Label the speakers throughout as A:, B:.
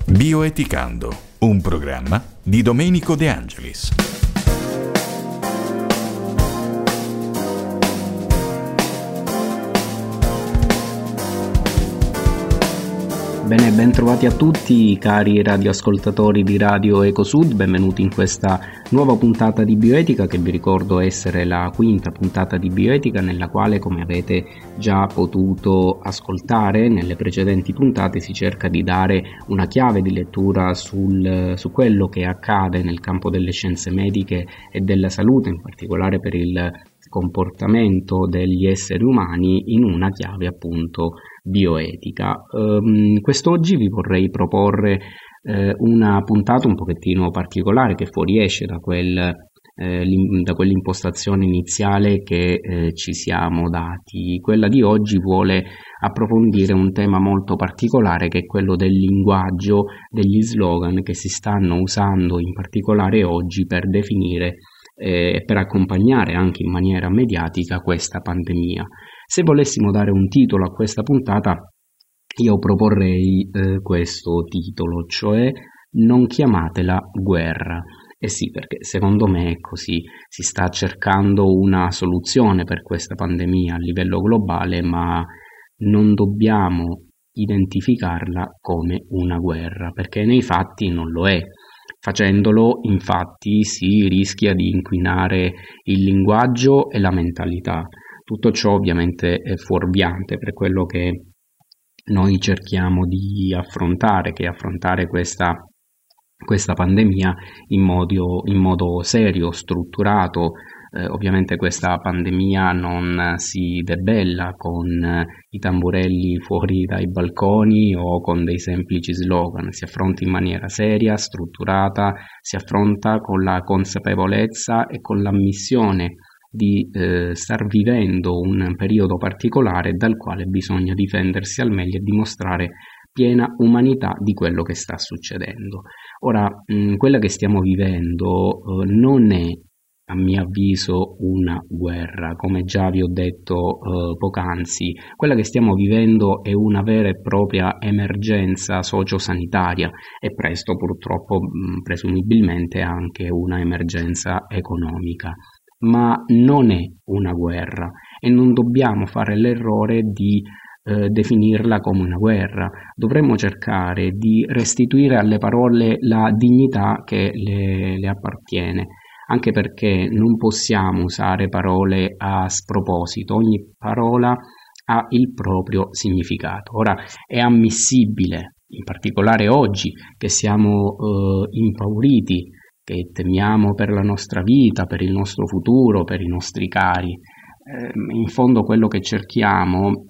A: Bioeticando, un programma di Domenico De Angelis.
B: Bene, ben trovati a tutti cari radioascoltatori di Radio Ecosud, benvenuti in questa nuova puntata di Bioetica che vi ricordo essere la quinta puntata di Bioetica, nella quale, come avete già potuto ascoltare nelle precedenti puntate, si cerca di dare una chiave di lettura su quello che accade nel campo delle scienze mediche e della salute, in particolare per il comportamento degli esseri umani, in una chiave appunto bioetica. Quest'oggi vi vorrei proporre una puntata un pochettino particolare che fuoriesce da quell'impostazione iniziale che ci siamo dati. Quella di oggi vuole approfondire un tema molto particolare, che è quello del linguaggio, degli slogan che si stanno usando in particolare oggi per definire e per accompagnare anche in maniera mediatica questa pandemia. Se volessimo dare un titolo a questa puntata, io proporrei questo titolo, cioè non chiamatela guerra. Sì, perché secondo me è così, si sta cercando una soluzione per questa pandemia a livello globale, ma non dobbiamo identificarla come una guerra, perché nei fatti non lo è. Facendolo, infatti, si rischia di inquinare il linguaggio e la mentalità. Tutto ciò ovviamente è fuorviante per quello che noi cerchiamo di affrontare, che è affrontare questa pandemia in modo serio, strutturato. Ovviamente questa pandemia non si debella con i tamburelli fuori dai balconi o con dei semplici slogan, si affronta in maniera seria, strutturata, si affronta con la consapevolezza e con l'ammissione di star vivendo un periodo particolare dal quale bisogna difendersi al meglio e dimostrare piena umanità di quello che sta succedendo. Ora, quella che stiamo vivendo non è, a mio avviso, una guerra, come già vi ho detto poc'anzi. Quella che stiamo vivendo è una vera e propria emergenza sociosanitaria e presto purtroppo presumibilmente anche una emergenza economica. Ma non è una guerra e non dobbiamo fare l'errore di definirla come una guerra. Dovremmo cercare di restituire alle parole la dignità che le appartiene, anche perché non possiamo usare parole a sproposito, ogni parola ha il proprio significato. Ora, è ammissibile, in particolare oggi che siamo impauriti, che temiamo per la nostra vita, per il nostro futuro, per i nostri cari. In fondo quello che cerchiamo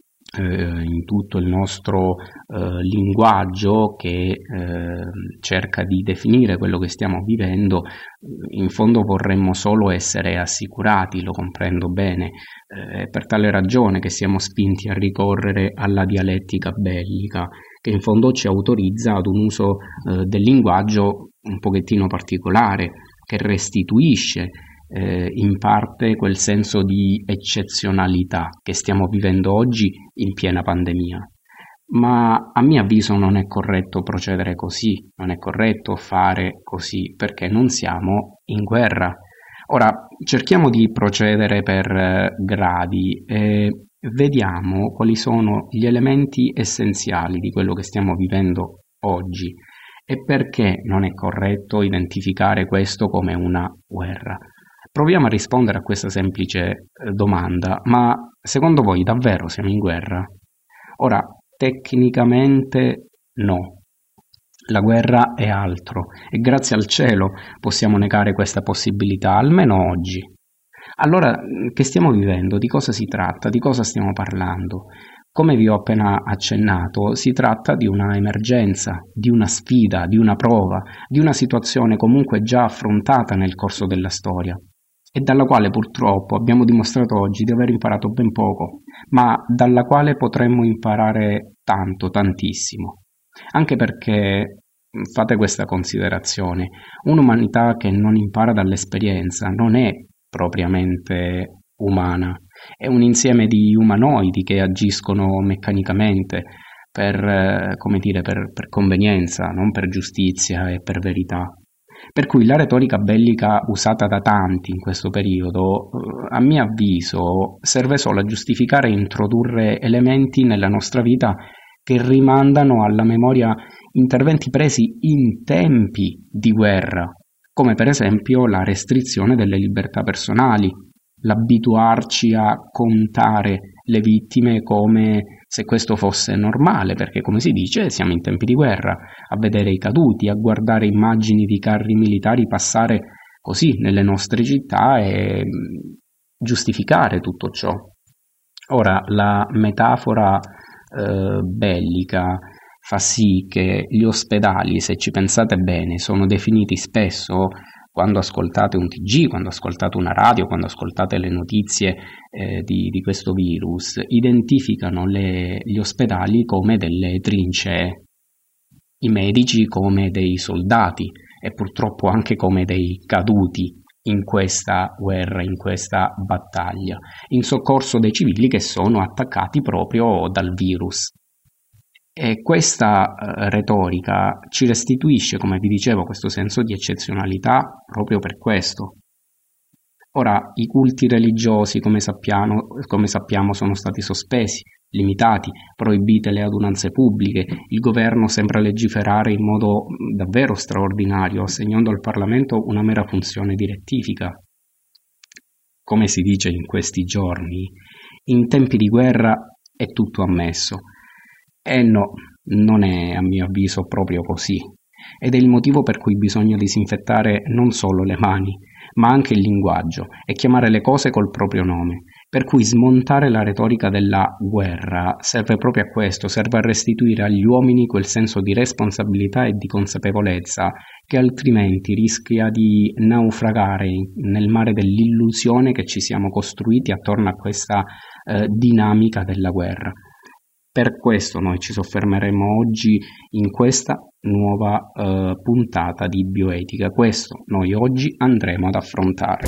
B: in tutto il nostro linguaggio che cerca di definire quello che stiamo vivendo, in fondo vorremmo solo essere assicurati, lo comprendo bene, è per tale ragione che siamo spinti a ricorrere alla dialettica bellica, che in fondo ci autorizza ad un uso del linguaggio un pochettino particolare, che restituisce in parte quel senso di eccezionalità che stiamo vivendo oggi in piena pandemia. Ma a mio avviso non è corretto procedere così, non è corretto fare così, perché non siamo in guerra. Ora, cerchiamo di procedere per gradi e vediamo quali sono gli elementi essenziali di quello che stiamo vivendo oggi e perché non è corretto identificare questo come una guerra. Proviamo a rispondere a questa semplice domanda: ma secondo voi davvero siamo in guerra? Ora, tecnicamente no. La guerra è altro e grazie al cielo possiamo negare questa possibilità, almeno oggi. Allora, che stiamo vivendo? Di cosa si tratta? Di cosa stiamo parlando? Come vi ho appena accennato, si tratta di una emergenza, di una sfida, di una prova, di una situazione comunque già affrontata nel corso della storia e dalla quale purtroppo abbiamo dimostrato oggi di aver imparato ben poco, ma dalla quale potremmo imparare tanto, tantissimo. Anche perché, fate questa considerazione, un'umanità che non impara dall'esperienza non è propriamente umana, è un insieme di umanoidi che agiscono meccanicamente, come dire, per convenienza, non per giustizia e per verità. Per cui la retorica bellica usata da tanti in questo periodo, a mio avviso, serve solo a giustificare e introdurre elementi nella nostra vita che rimandano alla memoria interventi presi in tempi di guerra, come per esempio la restrizione delle libertà personali, l'abituarci a contare le vittime come se questo fosse normale, perché come si dice siamo in tempi di guerra, a vedere i caduti, a guardare immagini di carri militari passare così nelle nostre città e giustificare tutto ciò. Ora, la metafora bellica fa sì che gli ospedali, se ci pensate bene, sono definiti spesso, quando ascoltate un TG, quando ascoltate una radio, quando ascoltate le notizie di questo virus, identificano gli ospedali come delle trincee, i medici come dei soldati e purtroppo anche come dei caduti in questa guerra, in questa battaglia, in soccorso dei civili che sono attaccati proprio dal virus. E questa retorica ci restituisce, come vi dicevo, questo senso di eccezionalità proprio per questo. Ora, i culti religiosi, come sappiamo, sono stati sospesi, limitati, proibite le adunanze pubbliche, il governo sembra legiferare in modo davvero straordinario, assegnando al Parlamento una mera funzione di rettifica. Come si dice in questi giorni, in tempi di guerra è tutto ammesso. E no, non è a mio avviso proprio così. Ed è il motivo per cui bisogna disinfettare non solo le mani, ma anche il linguaggio e chiamare le cose col proprio nome. Per cui smontare la retorica della guerra serve proprio a questo, serve a restituire agli uomini quel senso di responsabilità e di consapevolezza che altrimenti rischia di naufragare nel mare dell'illusione che ci siamo costruiti attorno a questa dinamica della guerra. Per questo noi ci soffermeremo oggi in questa nuova puntata di bioetica. Questo noi oggi andremo ad affrontare.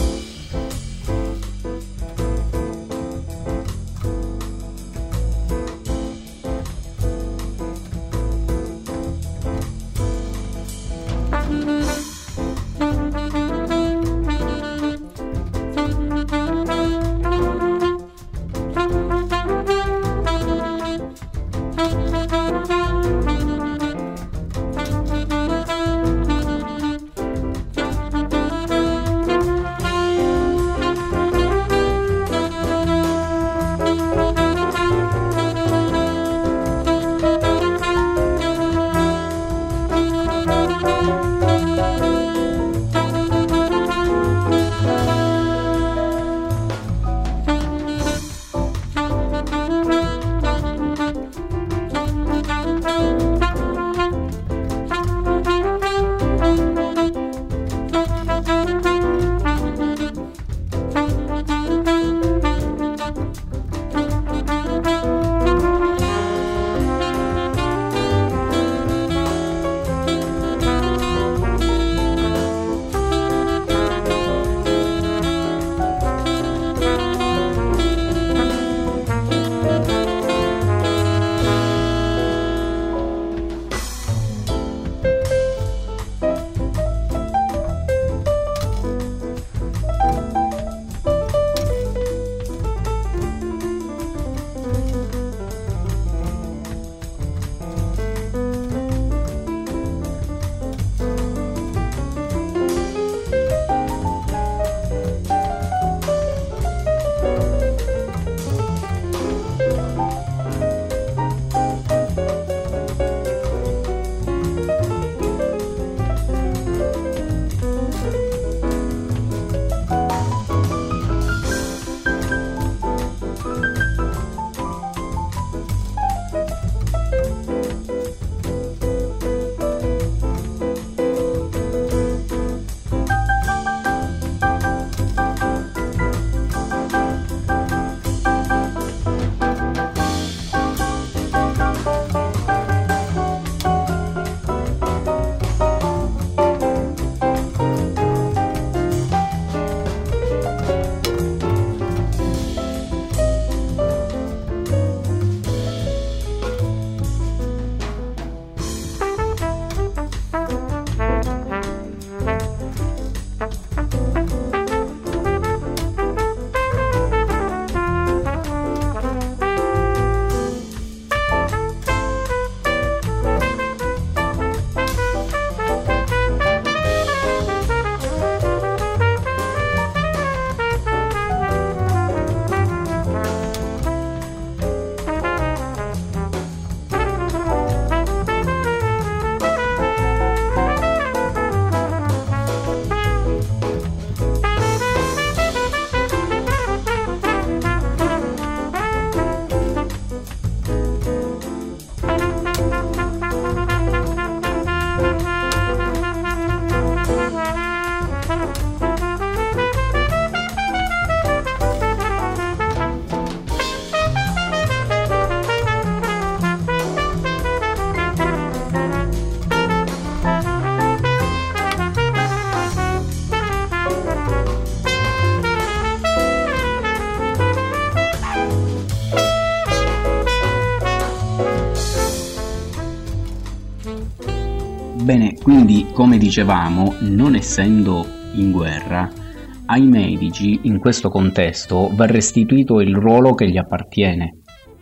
B: Bene, quindi come dicevamo, non essendo in guerra, ai medici in questo contesto va restituito il ruolo che gli appartiene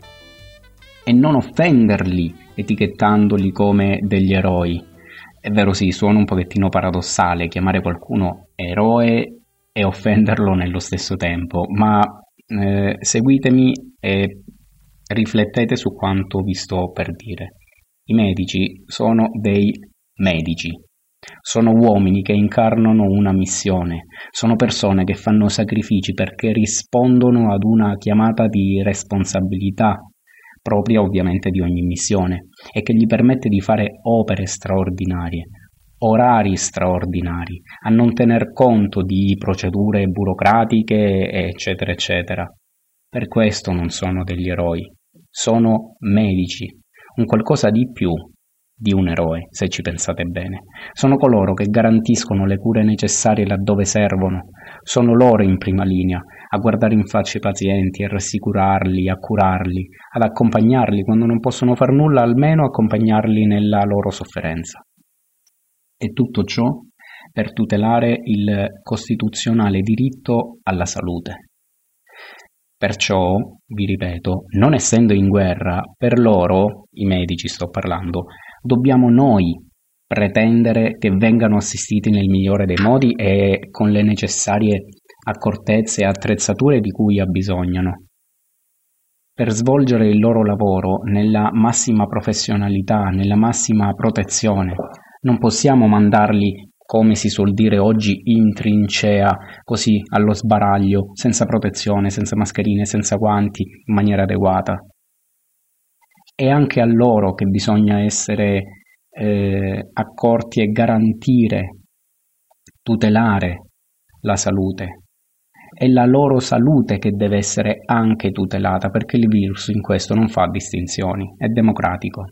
B: e non offenderli etichettandoli come degli eroi. È vero, sì, suona un pochettino paradossale chiamare qualcuno eroe e offenderlo nello stesso tempo, ma seguitemi e riflettete su quanto vi sto per dire. I medici sono dei medici, sono uomini che incarnano una missione, sono persone che fanno sacrifici perché rispondono ad una chiamata di responsabilità, propria ovviamente di ogni missione, e che gli permette di fare opere straordinarie, orari straordinari, a non tener conto di procedure burocratiche, eccetera, eccetera. Per questo non sono degli eroi, sono medici, un qualcosa di più di un eroe, se ci pensate bene. Sono coloro che garantiscono le cure necessarie laddove servono, sono loro in prima linea, a guardare in faccia i pazienti, a rassicurarli, a curarli, ad accompagnarli quando non possono far nulla, almeno accompagnarli nella loro sofferenza. E tutto ciò per tutelare il costituzionale diritto alla salute. Perciò, vi ripeto, non essendo in guerra, per loro, i medici sto parlando, dobbiamo noi pretendere che vengano assistiti nel migliore dei modi e con le necessarie accortezze e attrezzature di cui abbisognano, per svolgere il loro lavoro nella massima professionalità, nella massima protezione. Non possiamo mandarli, come si suol dire oggi, in trincea, così allo sbaraglio, senza protezione, senza mascherine, senza guanti, in maniera adeguata. È anche a loro che bisogna essere accorti e garantire, tutelare la salute. È la loro salute che deve essere anche tutelata, perché il virus in questo non fa distinzioni, è democratico.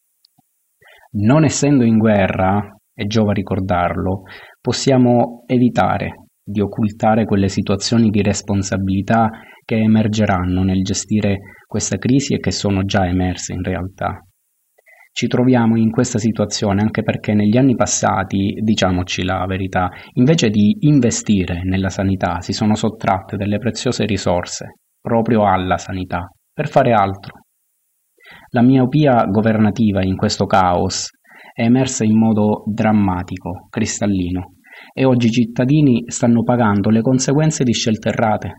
B: Non essendo in guerra, e giova ricordarlo, possiamo evitare di occultare quelle situazioni di responsabilità che emergeranno nel gestire questa crisi e che sono già emerse in realtà. Ci troviamo in questa situazione anche perché negli anni passati, diciamoci la verità, invece di investire nella sanità si sono sottratte delle preziose risorse proprio alla sanità per fare altro. La miopia governativa in questo caos è emersa in modo drammatico, cristallino, e oggi i cittadini stanno pagando le conseguenze di scelte errate.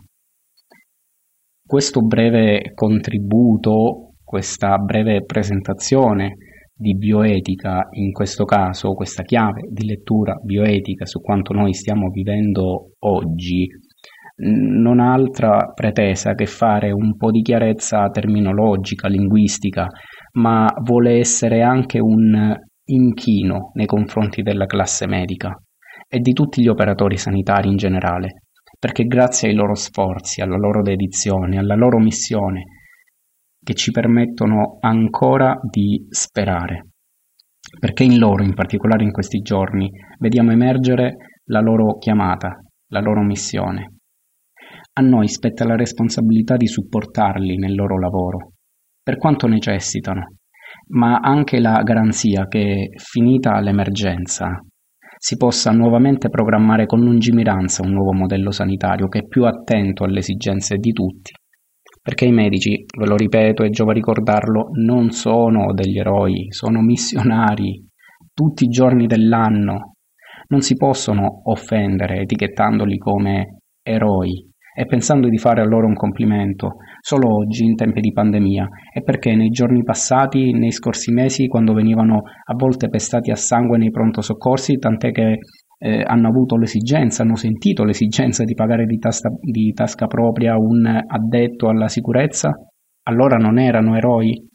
B: Questo breve contributo, questa breve presentazione di bioetica, in questo caso questa chiave di lettura bioetica su quanto noi stiamo vivendo oggi, non ha altra pretesa che fare un po' di chiarezza terminologica, linguistica, ma vuole essere anche un inchino nei confronti della classe medica e di tutti gli operatori sanitari in generale, perché grazie ai loro sforzi, alla loro dedizione, alla loro missione, che ci permettono ancora di sperare, perché in loro, in particolare in questi giorni, vediamo emergere la loro chiamata, la loro missione. A noi spetta la responsabilità di supportarli nel loro lavoro, per quanto necessitano, ma anche la garanzia che, finita l'emergenza, si possa nuovamente programmare con lungimiranza un nuovo modello sanitario che è più attento alle esigenze di tutti. Perché i medici, ve lo ripeto e giova ricordarlo, non sono degli eroi, sono missionari tutti i giorni dell'anno. Non si possono offendere etichettandoli come eroi e pensando di fare a loro un complimento solo oggi in tempi di pandemia, e perché nei giorni passati, nei scorsi mesi, quando venivano a volte pestati a sangue nei pronto soccorsi, tant'è che hanno avuto l'esigenza, hanno sentito l'esigenza di pagare di tasca propria un addetto alla sicurezza, allora non erano eroi?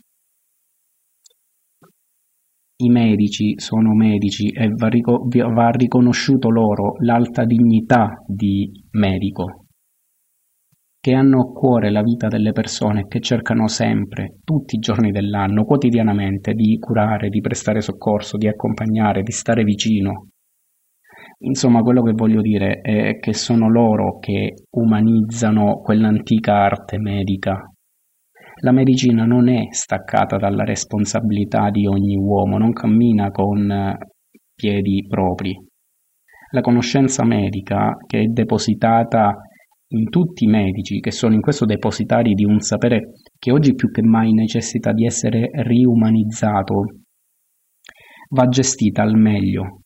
B: I medici sono medici e va riconosciuto loro l'alta dignità di medico, che hanno a cuore la vita delle persone, che cercano sempre, tutti i giorni dell'anno, quotidianamente, di curare, di prestare soccorso, di accompagnare, di stare vicino. Insomma, quello che voglio dire è che sono loro che umanizzano quell'antica arte medica. La medicina non è staccata dalla responsabilità di ogni uomo, non cammina con piedi propri. La conoscenza medica, che è depositata in tutti i medici, che sono in questo depositari di un sapere che oggi più che mai necessita di essere riumanizzato, va gestita al meglio,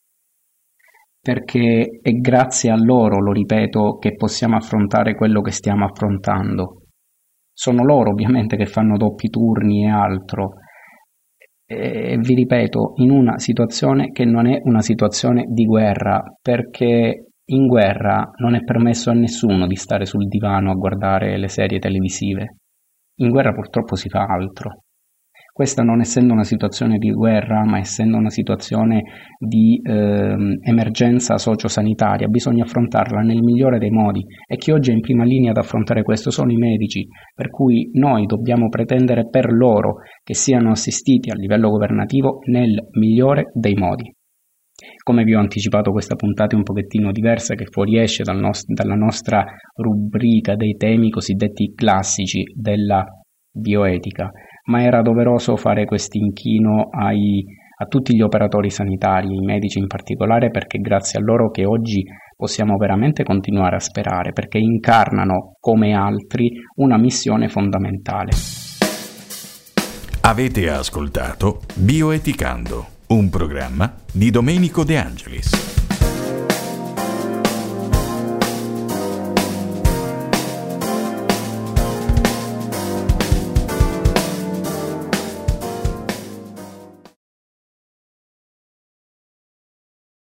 B: perché è grazie a loro, lo ripeto, che possiamo affrontare quello che stiamo affrontando. Sono loro ovviamente che fanno doppi turni e altro, e vi ripeto, in una situazione che non è una situazione di guerra, perché in guerra non è permesso a nessuno di stare sul divano a guardare le serie televisive. In guerra purtroppo si fa altro. Questa, non essendo una situazione di guerra, ma essendo una situazione di emergenza sociosanitaria, bisogna affrontarla nel migliore dei modi, e chi oggi è in prima linea ad affrontare questo sono i medici, per cui noi dobbiamo pretendere per loro che siano assistiti a livello governativo nel migliore dei modi. Come vi ho anticipato, questa puntata è un pochettino diversa, che fuoriesce dalla nostra rubrica dei temi cosiddetti classici della bioetica, ma era doveroso fare questo inchino a tutti gli operatori sanitari, i medici in particolare, perché grazie a loro che oggi possiamo veramente continuare a sperare, perché incarnano come altri una missione fondamentale.
A: Avete ascoltato Bioeticando, un programma di Domenico De Angelis.